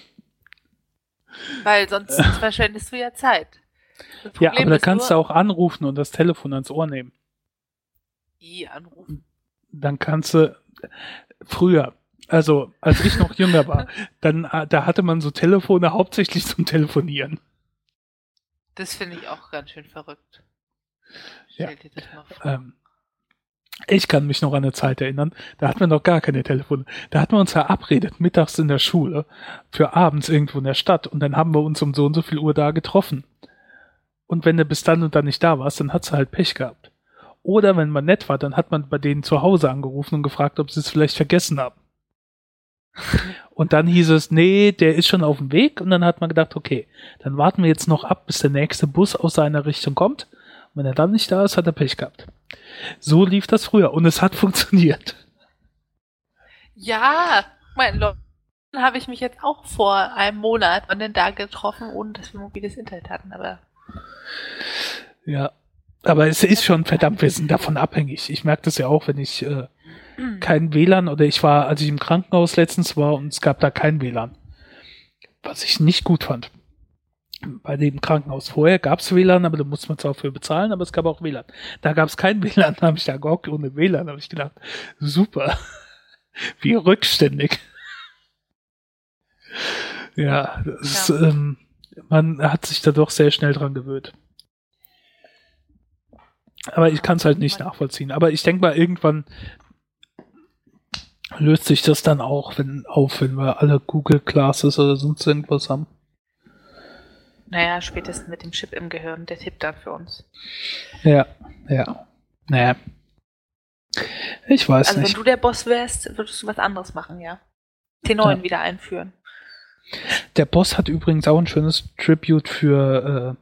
B: Weil sonst verschwendest du ja Zeit.
A: Ja, aber da kannst du auch anrufen und das Telefon ans Ohr nehmen.
B: Anrufen?
A: Dann kannst du, früher, also als ich noch jünger war, da hatte man so Telefone hauptsächlich zum Telefonieren.
B: Das finde ich auch ganz schön verrückt.
A: Stell
B: dir das mal vor.
A: Ich kann mich noch an eine Zeit erinnern, da hatten wir noch gar keine Telefone. Da hatten wir uns verabredet, mittags in der Schule, für abends irgendwo in der Stadt und dann haben wir uns um so und so viel Uhr da getroffen. Und wenn du bis dann und dann nicht da warst, dann hat's halt Pech gehabt. Oder wenn man nett war, dann hat man bei denen zu Hause angerufen und gefragt, ob sie es vielleicht vergessen haben. Und dann hieß es, nee, der ist schon auf dem Weg und dann hat man gedacht, okay, dann warten wir jetzt noch ab, bis der nächste Bus aus seiner Richtung kommt wenn er dann nicht da ist, hat er Pech gehabt. So lief das früher und es hat funktioniert.
B: Ja, mein Leute, habe ich mich jetzt auch vor einem Monat und dann da getroffen, ohne dass wir mobiles Internet hatten, aber.
A: Ja, aber es ist schon verdammt, wir sind davon abhängig. Ich merke das ja auch, wenn ich kein WLAN oder als ich im Krankenhaus letztens war und es gab da kein WLAN. Was ich nicht gut fand. Bei dem Krankenhaus vorher gab es WLAN, aber da musste man zwar für bezahlen, aber es gab auch WLAN. Da gab es kein WLAN, da habe ich da gehockt ohne WLAN, habe ich gedacht, super, wie rückständig. Ja, man hat sich da doch sehr schnell dran gewöhnt. Aber ich kann es halt nicht nachvollziehen. Aber ich denke mal, irgendwann löst sich das dann auch, wenn wir alle Google Glasses oder sonst irgendwas haben.
B: Naja, spätestens mit dem Chip im Gehirn, der tippt dann für uns.
A: Ja. Naja. Ich weiß nicht.
B: Also wenn du der Boss wärst, würdest du was anderes machen, ja? T9 wieder einführen.
A: Der Boss hat übrigens auch ein schönes Tribute für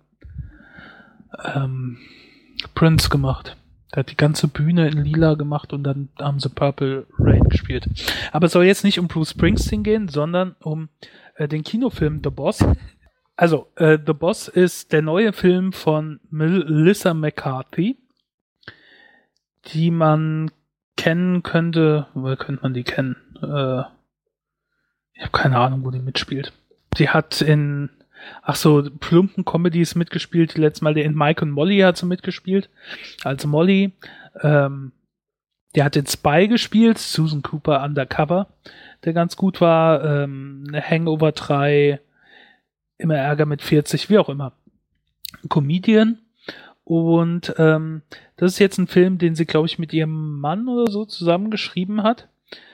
A: Prince gemacht. Der hat die ganze Bühne in lila gemacht und dann haben sie Purple Rain gespielt. Aber es soll jetzt nicht um Bruce Springsteen gehen, sondern um den Kinofilm The Boss. Also, The Boss ist der neue Film von Melissa McCarthy, die man kennen könnte. Woher könnte man die kennen? Ich habe keine Ahnung, wo die mitspielt. Die hat in plumpen Comedies mitgespielt. Letztes Mal in Mike und Molly hat sie mitgespielt. Als Molly. Die hat in Spy gespielt. Susan Cooper Undercover, der ganz gut war. Hangover 3. Immer Ärger mit 40, wie auch immer. Comedian. Und das ist jetzt ein Film, den sie, glaube ich, mit ihrem Mann oder so zusammengeschrieben hat.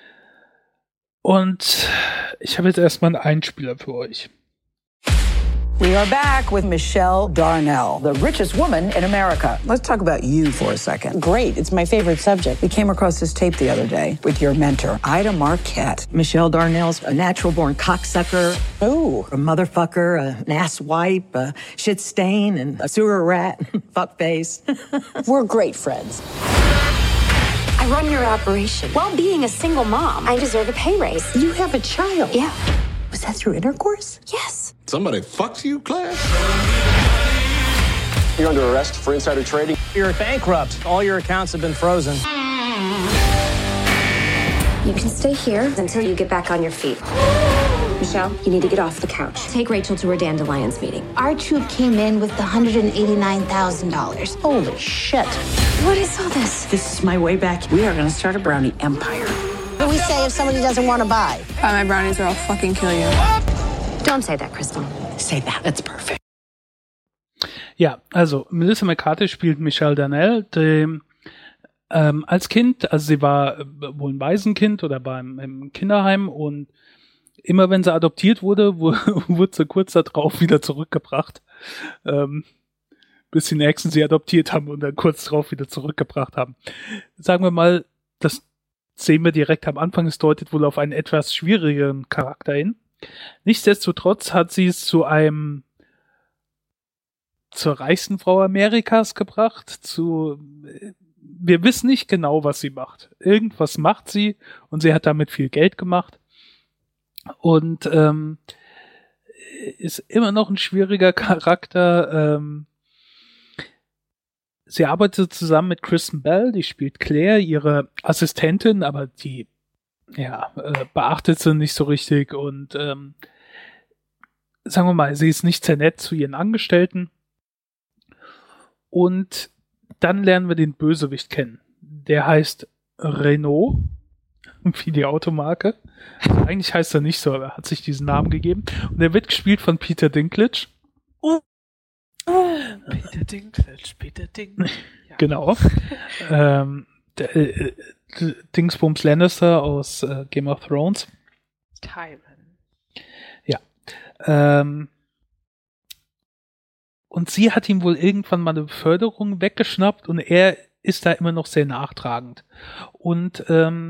A: Und ich habe jetzt erstmal einen Einspieler für euch.
C: We are back with Michelle Darnell, the richest woman in America. Let's talk about you for a second.
D: Great, it's my favorite subject.
C: We came across this tape the other day with your mentor, Ida Marquette. Michelle Darnell's a natural-born cocksucker.
D: Ooh.
C: A motherfucker, an asswipe, a shit stain, and a sewer rat, fuckface.
D: We're great friends.
E: I run your operation. While being a single mom, I deserve a pay raise.
C: You have a child?
E: Yeah.
C: Was that through intercourse?
E: Yes.
F: Somebody fucked you, class?
G: You're under arrest for insider trading.
H: You're bankrupt. All your accounts have been frozen.
E: You can stay here until you get back on your feet. Michelle, you need to get off the couch. Take Rachel to her Dandelions meeting.
I: Our troop came in with $189,000.
C: Holy shit.
E: What is all this?
C: This is my way back. We are going to start a brownie empire.
D: What do we say if somebody doesn't want to buy?
I: Buy my brownies or I'll fucking kill you.
E: Don't say that, Crystal.
C: Say that. That's perfect.
A: Ja, also Melissa McCarthy spielt Michelle Darnell, die als Kind, also sie war wohl ein Waisenkind oder war im Kinderheim und immer wenn sie adoptiert wurde, wurde sie kurz darauf wieder zurückgebracht. Bis die Nächsten sie adoptiert haben und dann kurz darauf wieder zurückgebracht haben. Sagen wir mal, das sehen wir direkt am Anfang, es deutet wohl auf einen etwas schwierigeren Charakter hin. Nichtsdestotrotz hat sie es zur reichsten Frau Amerikas gebracht, wir wissen nicht genau, was sie macht. Irgendwas macht sie und sie hat damit viel Geld gemacht und ist immer noch ein schwieriger Charakter. Sie arbeitet zusammen mit Kristen Bell, die spielt Claire, ihre Assistentin, aber die beachtet sie nicht so richtig und sagen wir mal, sie ist nicht sehr nett zu ihren Angestellten. Und dann lernen wir den Bösewicht kennen. Der heißt Renault, wie die Automarke. Eigentlich heißt er nicht so, aber er hat sich diesen Namen gegeben. Und er wird gespielt von Peter Dinklage.
B: Peter Dinklage. Ja.
A: Genau. Dingsbums Lannister aus Game of Thrones.
B: Tywin.
A: Ja. Und sie hat ihm wohl irgendwann mal eine Beförderung weggeschnappt und er ist da immer noch sehr nachtragend. Und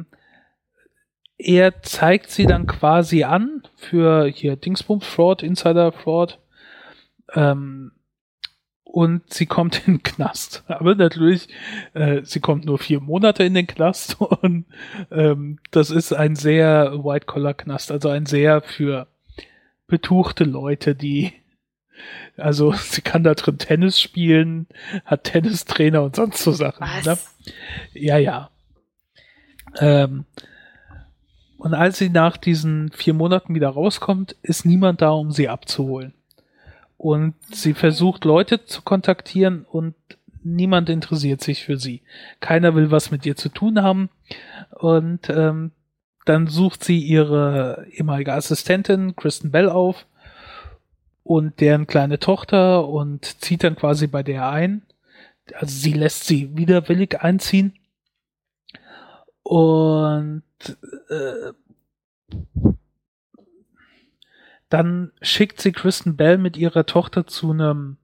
A: er zeigt sie dann quasi an für hier Dingsbums Fraud, Insider Fraud. und sie kommt in den Knast. Aber natürlich, sie kommt nur 4 Monate in den Knast und das ist ein sehr White-Collar-Knast, also ein sehr für betuchte Leute, also sie kann da drin Tennis spielen, hat Tennistrainer und sonst so Sachen. Ne? Ja. Und als sie nach diesen 4 Monaten wieder rauskommt, ist niemand da, um sie abzuholen. Und sie versucht, Leute zu kontaktieren und niemand interessiert sich für sie. Keiner will was mit ihr zu tun haben. Und dann sucht sie ihre ehemalige Assistentin, Kristen Bell, auf und deren kleine Tochter und zieht dann quasi bei der ein. Also sie lässt sie widerwillig einziehen. Und dann schickt sie Kristen Bell mit ihrer Tochter zu einem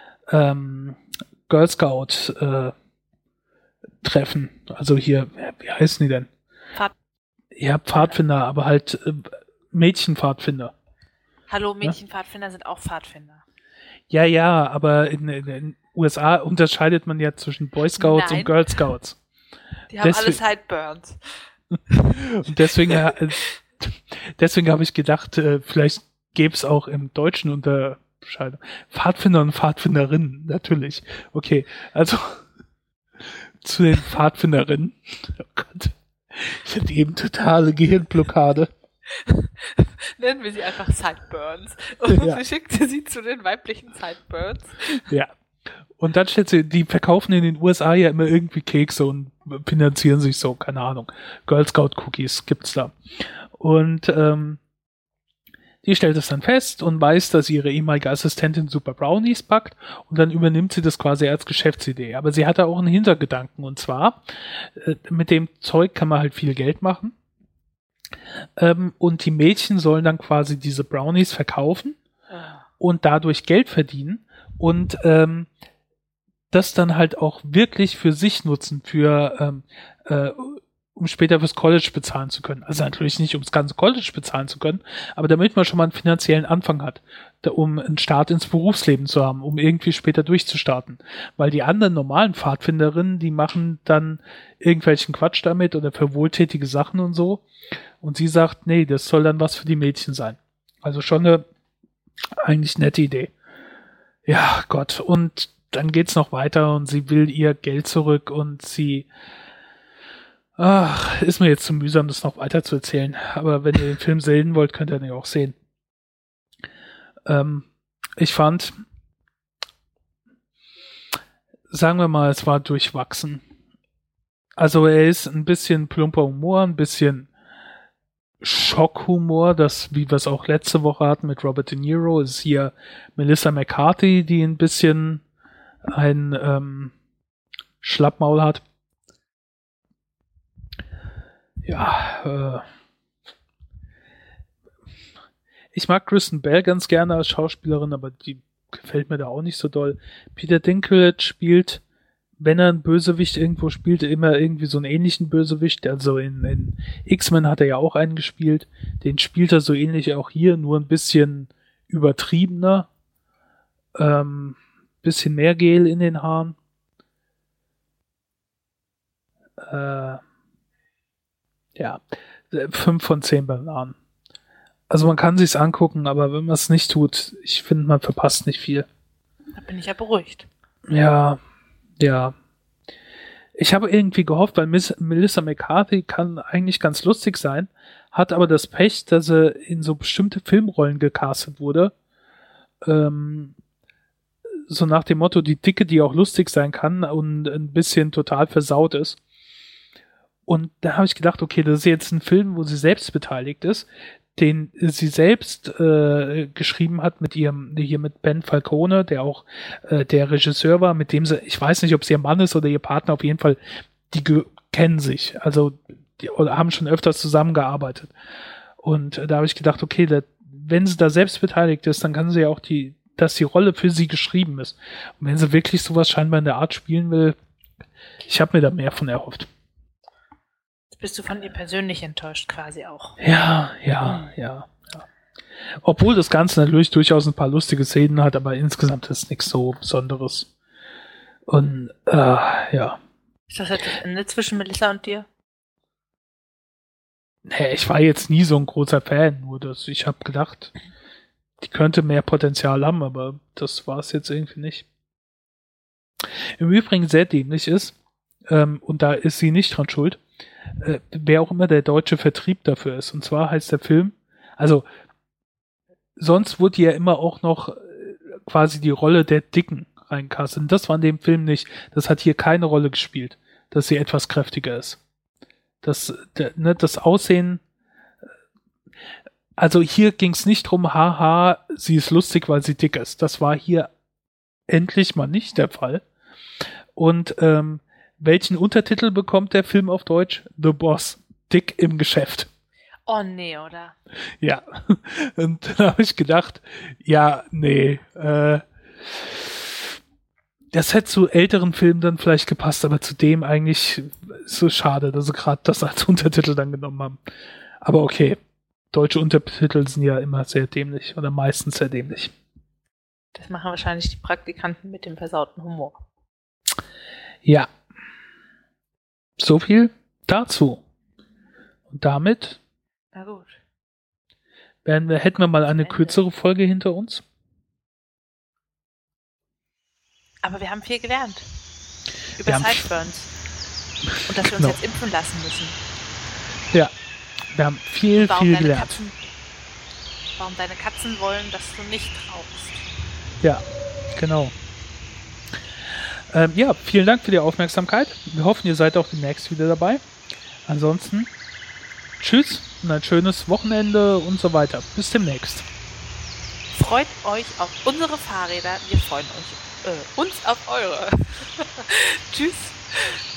A: Girl Scout Treffen. Also hier, wie heißen die denn? Ja, Pfadfinder, aber halt Mädchenpfadfinder.
B: Hallo, Mädchenpfadfinder sind auch Pfadfinder.
A: Ja, aber in den USA unterscheidet man ja zwischen Boy Scouts und Girl Scouts.
B: Die haben alle Sideburns.
A: Und deswegen habe ich gedacht, vielleicht gäbe es auch im Deutschen Unterscheidung. Pfadfinder und Pfadfinderinnen, natürlich. Okay, also zu den Pfadfinderinnen. Oh Gott, ich hatte eben totale Gehirnblockade.
B: Nennen wir sie einfach Sideburns. Und sie schickte sie zu den weiblichen Sideburns.
A: Ja. Und dann stellt sie, die verkaufen in den USA ja immer irgendwie Kekse und finanzieren sich so, keine Ahnung. Girl Scout Cookies gibt's da. Und die stellt es dann fest und weiß, dass ihre ehemalige Assistentin Super Brownies backt und dann übernimmt sie das quasi als Geschäftsidee. Aber sie hatte auch einen Hintergedanken und zwar, mit dem Zeug kann man halt viel Geld machen und die Mädchen sollen dann quasi diese Brownies verkaufen und dadurch Geld verdienen und das dann halt auch wirklich für sich nutzen, um später fürs College bezahlen zu können. Also natürlich nicht, um das ganze College bezahlen zu können, aber damit man schon mal einen finanziellen Anfang hat, um einen Start ins Berufsleben zu haben, um irgendwie später durchzustarten. Weil die anderen normalen Pfadfinderinnen, die machen dann irgendwelchen Quatsch damit oder für wohltätige Sachen und so. Und sie sagt, nee, das soll dann was für die Mädchen sein. Also schon eine eigentlich nette Idee. Ja, Gott. Und dann geht's noch weiter und sie will ihr Geld zurück und sie ist mir jetzt zu mühsam, das noch weiter zu erzählen. Aber wenn ihr den Film sehen wollt, könnt ihr den ja auch sehen. Ich fand, sagen wir mal, es war durchwachsen. Also er ist ein bisschen plumper Humor, ein bisschen Schockhumor, wie wir es auch letzte Woche hatten mit Robert De Niro, ist hier Melissa McCarthy, die ein bisschen ein Schlappmaul hat. Ja, ich mag Kristen Bell ganz gerne als Schauspielerin, aber die gefällt mir da auch nicht so doll. Peter Dinklage spielt, wenn er einen Bösewicht irgendwo spielt, immer irgendwie so einen ähnlichen Bösewicht. Also in X-Men hat er ja auch einen gespielt. Den spielt er so ähnlich auch hier, nur ein bisschen übertriebener. Bisschen mehr Gel in den Haaren. Ja, 5 von 10 Bananen. Also man kann sich's angucken, aber wenn man es nicht tut, ich finde, man verpasst nicht viel.
B: Da bin ich ja beruhigt.
A: Ja. Ich habe irgendwie gehofft, weil Melissa McCarthy kann eigentlich ganz lustig sein, hat aber das Pech, dass sie in so bestimmte Filmrollen gecastet wurde. So nach dem Motto, die Dicke, die auch lustig sein kann und ein bisschen total versaut ist. Und da habe ich gedacht, okay, das ist jetzt ein Film, wo sie selbst beteiligt ist, den sie selbst geschrieben hat mit Ben Falcone, der auch der Regisseur war, mit dem sie, ich weiß nicht, ob es ihr Mann ist oder ihr Partner, auf jeden Fall, die kennen sich, also die haben schon öfters zusammengearbeitet. Und da habe ich gedacht, okay, wenn sie da selbst beteiligt ist, dann kann sie ja auch dass die Rolle für sie geschrieben ist. Und wenn sie wirklich sowas scheinbar in der Art spielen will, ich habe mir da mehr von erhofft.
B: Bist du von ihr persönlich enttäuscht quasi auch?
A: Ja. Obwohl das Ganze natürlich durchaus ein paar lustige Szenen hat, aber insgesamt ist nichts so Besonderes. Und, ja.
B: Ist das jetzt das Ende zwischen Melissa und dir?
A: Nee, ich war jetzt nie so ein großer Fan, nur dass ich habe gedacht, die könnte mehr Potenzial haben, aber das war es jetzt irgendwie nicht. Im Übrigen sehr dämlich ist, und da ist sie nicht dran schuld, wer auch immer der deutsche Vertrieb dafür ist. Und zwar heißt der Film, also sonst wurde ja immer auch noch quasi die Rolle der Dicken reinkastet. Das war in dem Film nicht. Das hat hier keine Rolle gespielt, dass sie etwas kräftiger ist. Das Aussehen, also hier ging es nicht drum, haha, sie ist lustig, weil sie dick ist. Das war hier endlich mal nicht der Fall. Und welchen Untertitel bekommt der Film auf Deutsch? The Boss, dick im Geschäft.
B: Oh nee, oder?
A: Ja, und dann habe ich gedacht, ja, nee, das hätte zu älteren Filmen dann vielleicht gepasst, aber zu dem eigentlich so schade, dass sie gerade das als Untertitel dann genommen haben. Aber okay, deutsche Untertitel sind ja immer sehr dämlich oder meistens sehr dämlich.
B: Das machen wahrscheinlich die Praktikanten mit dem versauten Humor.
A: Ja. So viel dazu. Und damit
B: na gut.
A: Hätten wir mal eine kürzere Folge hinter uns.
B: Aber wir haben viel gelernt. Über Sideburns. Und dass wir uns jetzt impfen lassen müssen.
A: Ja, wir haben viel gelernt.
B: Warum deine Katzen wollen, dass du nicht rauchst.
A: Ja, genau. Ja, vielen Dank für die Aufmerksamkeit. Wir hoffen, ihr seid auch demnächst wieder dabei. Ansonsten, tschüss und ein schönes Wochenende und so weiter. Bis demnächst.
B: Freut euch auf unsere Fahrräder. Wir freuen uns auf eure. Tschüss.